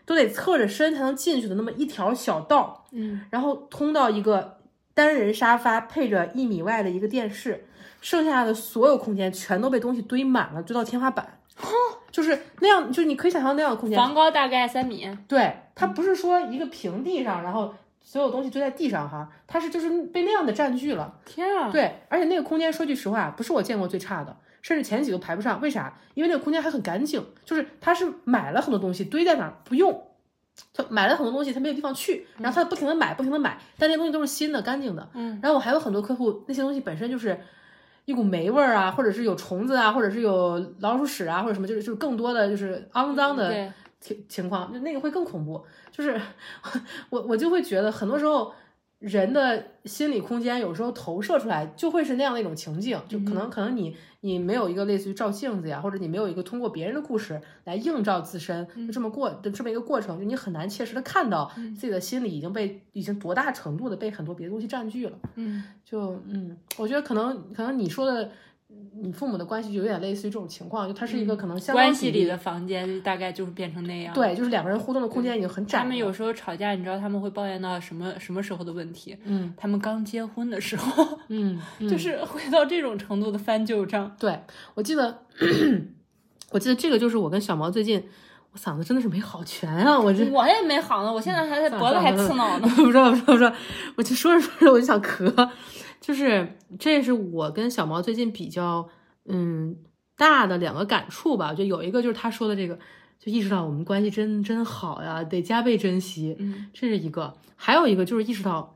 都得侧着身才能进去的那么一条小道，然后通到一个单人沙发配着1米外的一个电视，剩下的所有空间全都被东西堆满了，堆到天花板。就是那样，就是你可以想象那样的空间， 房高大概3米。 对，它不是说一个平地上，然后所有东西堆在地上哈，它是就是被那样的占据了。 天啊！ 对，而且那个空间说句实话，不是我见过最差的，甚至前几个排不上。为啥？因为那个空间还很干净，就是他是买了很多东西堆在那儿不用，他买了很多东西他没有地方去，然后他不停的买，但那些东西都是新的干净的。然后我还有很多客户，那些东西本身就是一股霉味儿啊，或者是有虫子啊，或者是有老鼠屎啊，或者什么，就是更多的就是肮脏的情况，就那个会更恐怖。就是我就会觉得很多时候人的心理空间有时候投射出来就会是那样的一种情境，就可能你没有一个类似于照镜子呀，或者你没有一个通过别人的故事来映照自身，就这么一个过程，就你很难切实的看到自己的心理已经多大程度的被很多别的东西占据了。我觉得可能你说的你父母的关系就有点类似于这种情况，就它是一个可能相当关系里的房间大概就是变成那样。 对，就是两个人互动的空间已经很窄了。 他们有时候吵架，你知道他们会抱怨到什么时候的问题？他们刚结婚的时候，就是回到这种程度的翻旧账。 对，我记得这个就是我跟小毛最近，我嗓子真的是没好全啊！我也没好呢，我现在还在脖子还刺挠呢。 不知道，我就说着我就想咳。就是这是我跟小毛最近比较大的2个感触吧。就有一个就是他说的这个，就意识到我们关系真好呀，得加倍珍惜。这是一个。还有一个就是意识到，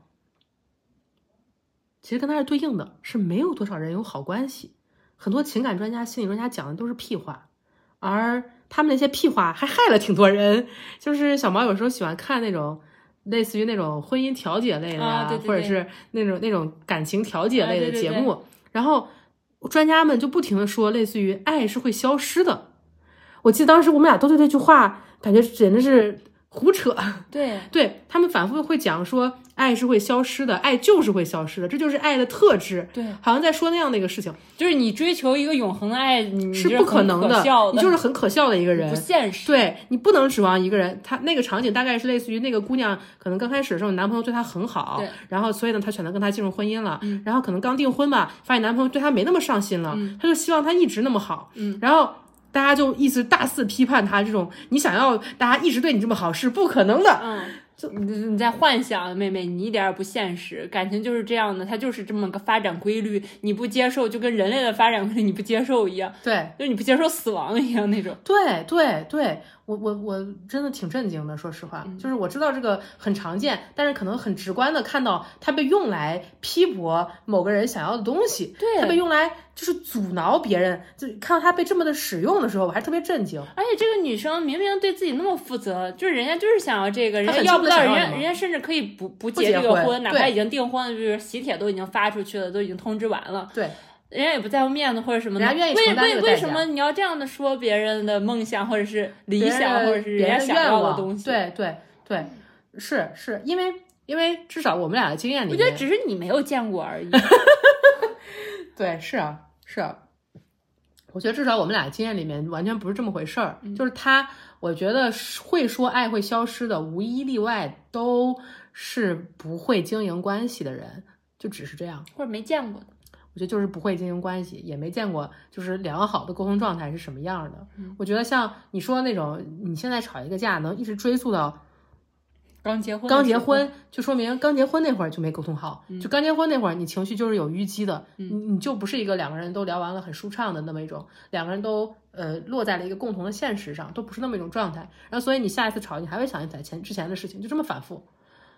其实跟他是对应的，是没有多少人有好关系。很多情感专家、心理专家讲的都是屁话，而他们那些屁话还害了挺多人。就是小毛有时候喜欢看那种类似于那种婚姻调解类的呀， 对对对， 或者是那种感情调解类的节目，然后专家们就不停的说类似于爱是会消失的。我记得当时我们俩都对这句话感觉简直是胡扯。对，他们反复会讲说爱是会消失的，爱就是会消失的，这就是爱的特质。 对， 好像在说那样的一个事情， 就是你追求一个永恒的爱，你是不可能的，你就是很可笑的一个人， 不现实。 对，你不能指望一个人，他那个场景大概是类似于那个姑娘可能刚开始的时候，男朋友对她很好，然后所以呢，她选择跟他进入婚姻了，然后可能刚订婚吧，发现男朋友对她没那么上心了，她就希望他一直那么好，然后大家就一直大肆批判他这种你想要大家一直对你这么好是不可能的。 你在幻想，妹妹，你一点也不现实。感情就是这样的，它就是这么个发展规律，你不接受，就跟人类的发展规律你不接受一样。 对， 就你不接受死亡一样那种。 对，我真的挺震惊的，说实话，就是我知道这个很常见，但是可能很直观的看到它被用来批驳某个人想要的东西， 对， 它被用来就是阻挠别人，就看到它被这么的使用的时候，我还特别震惊。 而且这个女生明明对自己那么负责，就是人家就是想要这个，人家要不到人家甚至可以不结这个婚，哪怕已经订婚了，就是喜帖都已经发出去了，都已经通知完了。 对。 人家也不在乎面子或者什么的， 人家愿意承担这个代价。 为什么你要这样的说别人的梦想或者是理想或者是人家想要的东西？ 对，是因为至少我们俩的经验里面， 我觉得只是你没有见过而已。 对，是啊，我觉得至少我们俩的经验里面完全不是这么回事儿。就是我觉得会说爱会消失的，无一例外都是不会经营关系的人，就只是这样， 或者没见过的。 我觉得就是不会经营关系，也没见过就是良好的沟通状态是什么样的。我觉得像你说那种，你现在吵一个架能一直追溯到刚结婚，就说明刚结婚那会儿就没沟通好。就刚结婚那会儿，你情绪就是有淤积的，你就不是一个两个人都聊完了很舒畅的那么一种，两个人都落在了一个共同的现实上，都不是那么一种状态。然后所以你下一次吵，你还会想起来之前的事情，就这么反复。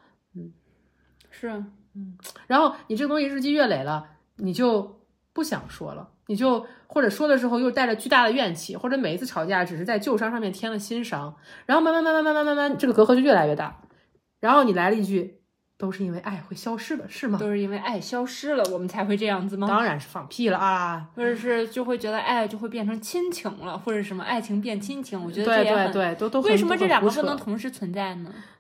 是， 然后你这个东西日积月累了。你就不想说了，你就或者说的时候又带着巨大的怨气，或者每一次吵架只是在旧伤上面添了新伤，然后慢慢这个隔阂就越来越大。然后你来了一句，都是因为爱会消失的，是吗？ 都是因为爱消失了，我们才会这样子吗？ 当然是放屁了啊！ 或者是就会觉得爱就会变成亲情了，或者什么爱情变亲情，我觉得这也很对，都为什么这两个不能同时存在呢？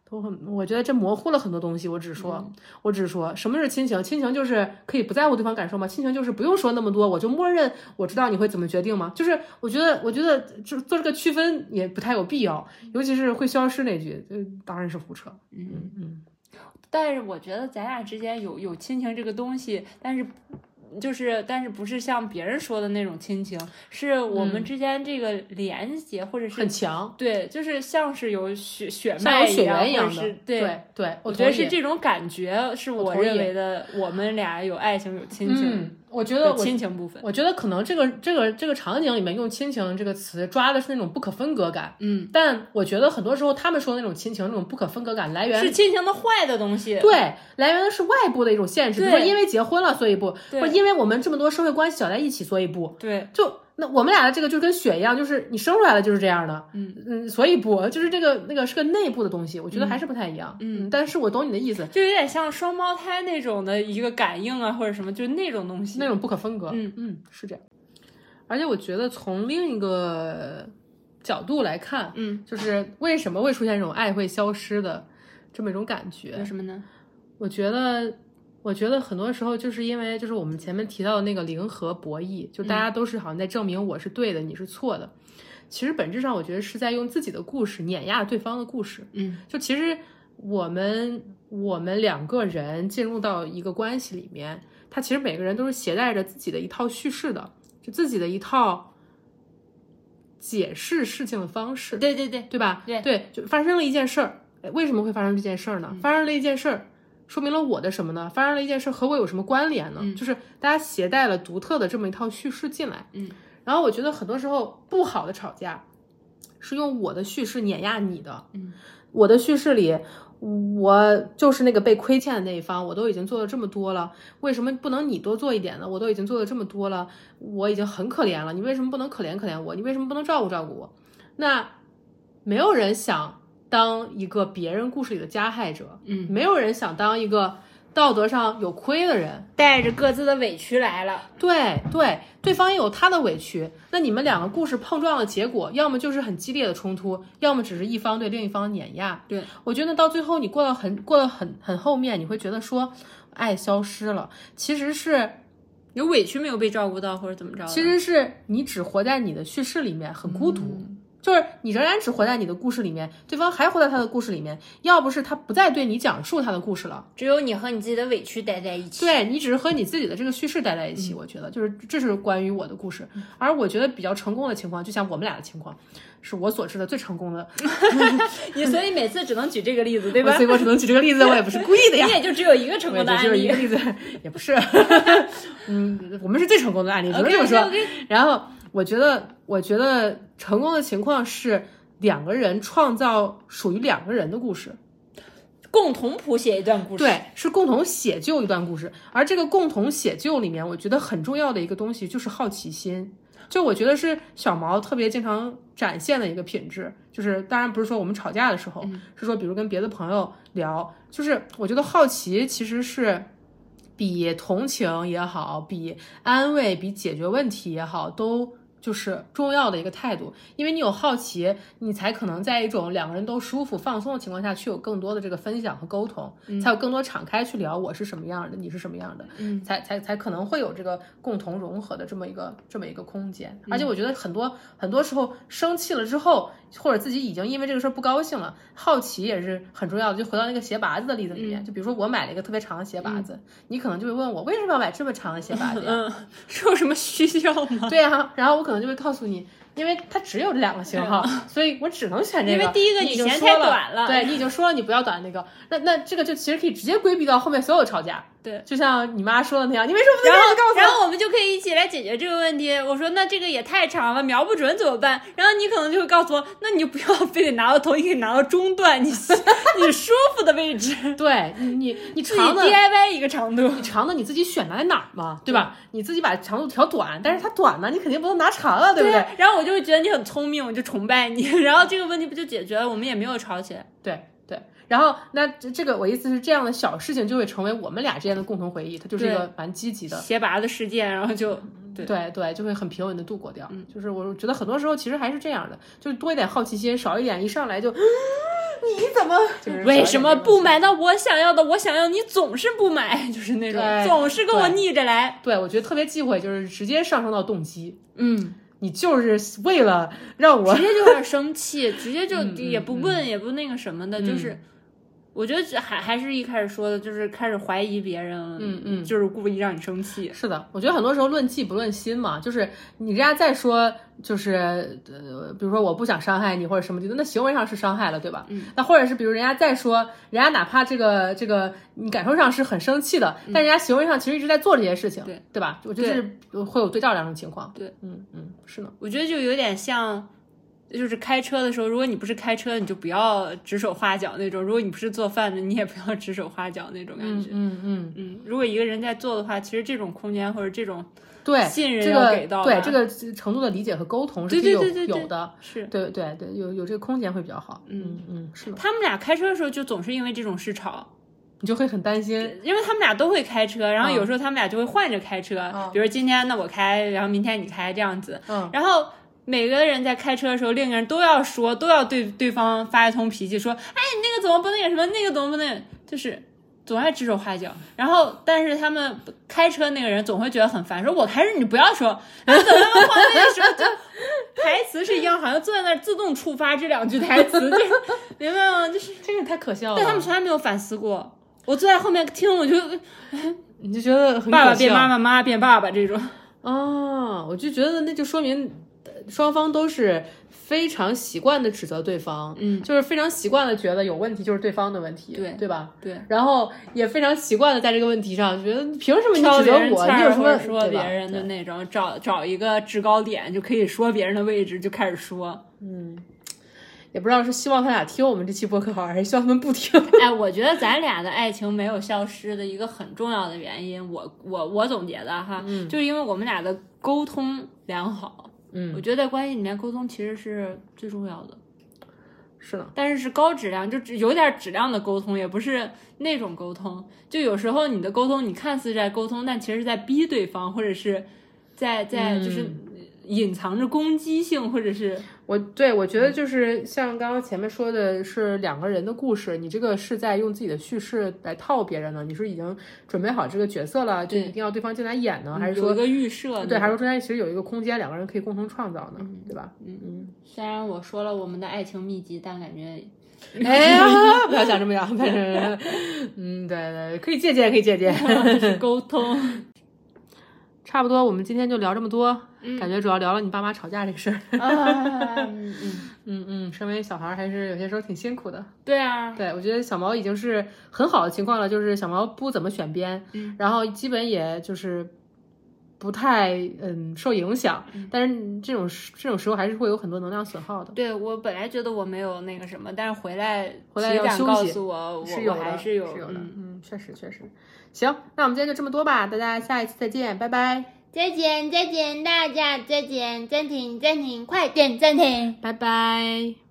我觉得这模糊了很多东西。我只是说什么是亲情？亲情就是可以不在乎对方感受吗？亲情就是不用说那么多，我就默认我知道你会怎么决定吗？就是我觉得就做这个区分也不太有必要，尤其是会消失那句，当然是胡扯。 但是我觉得咱俩之间有亲情这个东西，但是不是像别人说的那种亲情，是我们之间这个连接或者是很强， 对，就是像是有血脉一样的， 对， 我觉得是这种感觉，是我认为的，我们俩有爱情有亲情。 我觉得亲情部分， 我觉得可能这个场景里面用亲情这个词抓的是那种不可分割感，但我觉得很多时候他们说的那种亲情那种不可分割感来源是亲情的坏的东西， 对，来源的是外部的一种限制，比如说因为结婚了所以不，或者因为我们这么多社会关系搅在一起所以不， 对， 就那我们俩的这个就跟血一样，就是你生出来的就是这样的，所以不，就是那个是个内部的东西，我觉得还是不太一样，但是我懂你的意思， 就有点像双胞胎那种的一个感应啊，或者什么，就是那种东西， 那种不可分割，是这样。而且我觉得从另一个角度来看，就是为什么会出现这种爱会消失的这么一种感觉？ 为什么呢？ 我觉得很多时候就是因为就是我们前面提到的那个零和博弈，就大家都是好像在证明我是对的，你是错的。其实本质上我觉得是在用自己的故事碾压对方的故事。就其实我们两个人进入到一个关系里面，他其实每个人都是携带着自己的一套叙事的，就自己的一套解释事情的方式。对吧？对，就发生了一件事儿，为什么会发生这件事儿呢？发生了一件事儿。说明了我的什么呢？发生了一件事和我有什么关联呢？就是大家携带了独特的这么一套叙事进来，然后我觉得很多时候不好的吵架是用我的叙事碾压你的，我的叙事里我就是那个被亏欠的那一方，我都已经做了这么多了，为什么不能你多做一点呢？我都已经做了这么多了，我已经很可怜了，你为什么不能可怜可怜我？你为什么不能照顾照顾我？那没有人想当一个别人故事里的加害者，没有人想当一个道德上有亏的人， 带着各自的委屈来了。 对方也有他的委屈，那你们两个故事碰撞的结果，要么就是很激烈的冲突，要么只是一方对另一方碾压。 对， 我觉得到最后你过得很后面，你会觉得说爱消失了，其实是有委屈没有被照顾到，或者怎么着？ 其实是你只活在你的叙事里面，很孤独。就是你仍然只活在你的故事里面，对方还活在他的故事里面，要不是他不再对你讲述他的故事了， 只有你和你自己的委屈待在一起。 对，你只是和你自己的这个叙事待在一起，我觉得就是这是关于我的故事。而我觉得比较成功的情况，就像我们俩的情况，是我所知的最成功的。 所以每次只能举这个例子，对吧？ 所以我只能举这个例子，我也不是故意的呀。 你也就只有一个成功的案例， 只有一个例子，也不是。我们是最成功的案例，只能这么说。然后我觉得成功的情况是两个人创造属于两个人的故事， 共同谱写一段故事。 对，是共同写就一段故事。而这个共同写就里面，我觉得很重要的一个东西就是好奇心。就我觉得是小毛特别经常展现的一个品质，就是当然不是说我们吵架的时候，是说比如跟别的朋友聊，就是我觉得好奇其实是比同情也好，比安慰，比解决问题也好，都就是重要的一个态度。因为你有好奇，你才可能在一种两个人都舒服放松的情况下去有更多的这个分享和沟通，才有更多敞开去聊我是什么样的，你是什么样的，才可能会有这个共同融合的这么一个空间。而且我觉得很多时候生气了之后，或者自己已经因为这个事儿不高兴了，好奇也是很重要的。就回到那个鞋拔子的例子里面，就比如说我买了一个特别长的鞋拔子，你可能就会问我为什么要买这么长的鞋拔子呀？ 是有什么需要吗？ 对啊，然后我可能就会告诉你，因为它只有这两个型号，所以我只能选这个。 因为第一个你嫌太短了， 对，你已经说了你不要短那个，那这个就其实可以直接规避到后面所有吵架。 对， 就像你妈说的那样，你为什么不能告诉我？ 然后我们就可以一起来解决这个问题。我说那这个也太长了，瞄不准怎么办？然后你可能就会告诉我，那你就不要非得拿到头，你可以拿到中段，你舒服的位置。 对，你长的 DIY 一个长度， 你长的你自己选拿在哪儿嘛，对吧？你自己把长度调短，但是它短呢，你肯定不能拿长了，对不对？ 然后我就会觉得你很聪明，我就崇拜你，然后这个问题不就解决了？我们也没有吵起来。 对。然后那这个我意思是这样的小事情就会成为我们俩之间的共同回忆，它就是一个蛮积极的鞋拔的事件，然后就对就会很平稳的度过掉。就是我觉得很多时候其实还是这样的，就多一点好奇心，少一点一上来就你怎么就是为什么不买到我想要的？我想要你总是不买，就是那种总是跟我逆着来。 对，我觉得特别忌讳，就是直接上升到动机。你就是为了让我直接就有点生气，直接就也不问也不那个什么的，就是我觉得还是一开始说的，就是开始怀疑别人，就是故意让你生气。 是的，我觉得很多时候论迹不论心嘛，就是你人家再说，就是比如说我不想伤害你或者什么的，那行为上是伤害了，对吧？那或者是比如人家再说，人家哪怕这个你感受上是很生气的，但人家行为上其实一直在做这些事情，对吧？我觉得是会有对照两种情况。 对， 是的， 我觉得就有点像。就是开车的时候，如果你不是开车，你就不要指手画脚那种；如果你不是做饭的，你也不要指手画脚那种感觉。如果一个人在做的话，其实这种空间或者这种信任要给到， 对这个程度的理解和沟通是可以有的， 是对，有这个空间会比较好。是的。 他们俩开车的时候就总是因为这种事吵。 你就会很担心， 因为他们俩都会开车，然后有时候他们俩就会换着开车，比如今天那我开，然后明天你开这样子，然后。每个人在开车的时候，另一个人都要对对方发一通脾气，说：“哎，你那个怎么不那个什么，那个怎么不那个？”就是总爱指手画脚。然后，但是他们开车那个人总会觉得很烦，说：“我开车你不要说。”然后等他们换那个时候，就台词是一样，好像坐在那儿自动触发这两句台词，就明白吗？就是这个太可笑了。 但他们从来没有反思过。我坐在后面听，我就你就觉得很可笑， 爸爸变妈妈，妈妈变爸爸这种。 我就觉得那就说明。双方都是非常习惯的指责对方，就是非常习惯的觉得有问题就是对方的问题，对吧？ 对， 然后也非常习惯的在这个问题上觉得凭什么你指责我？你有什么说别人的那种，找一个制高点就可以说别人的位置就开始说， 也不知道是希望他俩听我们这期播客好，还是希望他们不听。 哎，我觉得咱俩的爱情没有消失的一个很重要的原因，我总结的哈，就是因为我们俩的沟通良好。我觉得在关系里面沟通其实是最重要的， 是的， 但是高质量，就有点质量的沟通，也不是那种沟通。就有时候你的沟通，你看似在沟通，但其实在逼对方，或者是在就是隐藏着攻击性，或者是我觉得就是像刚刚前面说的是两个人的故事，你这个是在用自己的叙事来套别人呢？你是已经准备好这个角色了，就一定要对方进来演呢，还是说有一个预设？ 对，还是说中间其实有一个空间，两个人可以共同创造呢，对吧？ 虽然我说了我们的爱情秘籍，但感觉哎呀，不要讲这么讲，反正对，可以借鉴沟通。 差不多，我们今天就聊这么多，感觉主要聊了你爸妈吵架这个事儿。身为小孩还是有些时候挺辛苦的。 对啊， 对，我觉得小毛已经是很好的情况了，就是小毛不怎么选边，然后基本也就是不太受影响，但是这种时候还是会有很多能量损耗的。 对，我本来觉得我没有那个什么，但是回来要休息， 告诉我我还是有的。确实。行，那我们今天就这么多吧，大家下一次再见，拜拜。 再见，大家再见，暂停，快点暂停， 拜拜。